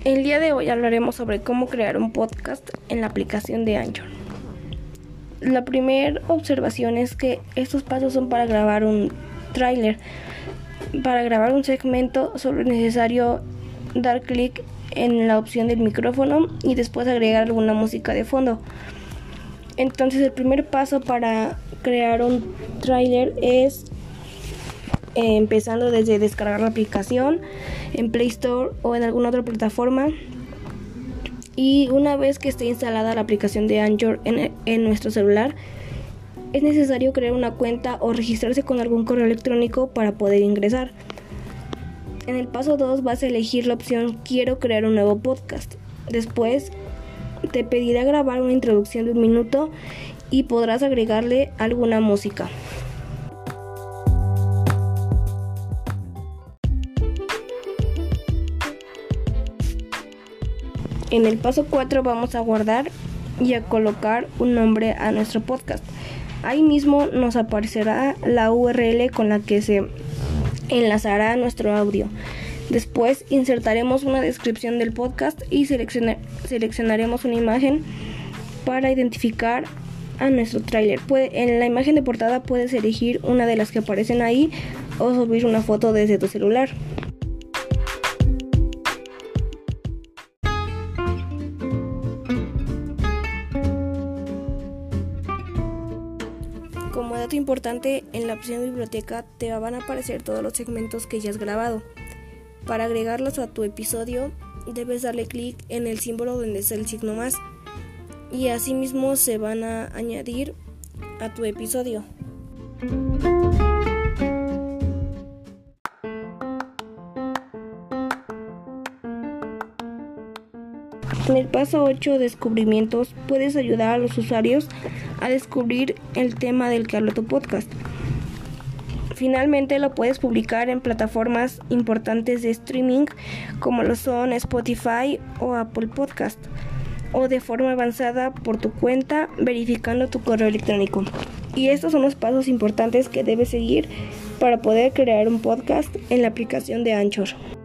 El día de hoy hablaremos sobre cómo crear un podcast en la aplicación de Anchor. La primera observación es que estos pasos son para grabar un tráiler. Para grabar un segmento solo es necesario dar clic en la opción del micrófono y después agregar alguna música de fondo. Entonces el primer paso para crear un tráiler es empezando desde descargar la aplicación en Play Store o en alguna otra plataforma, y una vez que esté instalada la aplicación de Anchor en nuestro celular, es necesario crear una cuenta o registrarse con algún correo electrónico para poder ingresar. En el paso 2 vas a elegir la opción Quiero crear un nuevo podcast. Después te pedirá grabar una introducción de 1 minuto y podrás agregarle alguna música. En el paso 4 vamos a guardar y a colocar un nombre a nuestro podcast. Ahí mismo nos aparecerá la URL con la que se enlazará nuestro audio. Después insertaremos una descripción del podcast y seleccionaremos una imagen para identificar a nuestro tráiler. En la imagen de portada puedes elegir una de las que aparecen ahí o subir una foto desde tu celular. Como dato importante, en la opción biblioteca te van a aparecer todos los segmentos que ya has grabado. Para agregarlos a tu episodio, debes darle clic en el símbolo donde está el signo más, y asimismo se van a añadir a tu episodio. En el paso 8, descubrimientos, puedes ayudar a los usuarios a descubrir el tema del que habla tu podcast. Finalmente lo puedes publicar en plataformas importantes de streaming como lo son Spotify o Apple Podcast, o de forma avanzada por tu cuenta verificando tu correo electrónico. Y estos son los pasos importantes que debes seguir para poder crear un podcast en la aplicación de Anchor.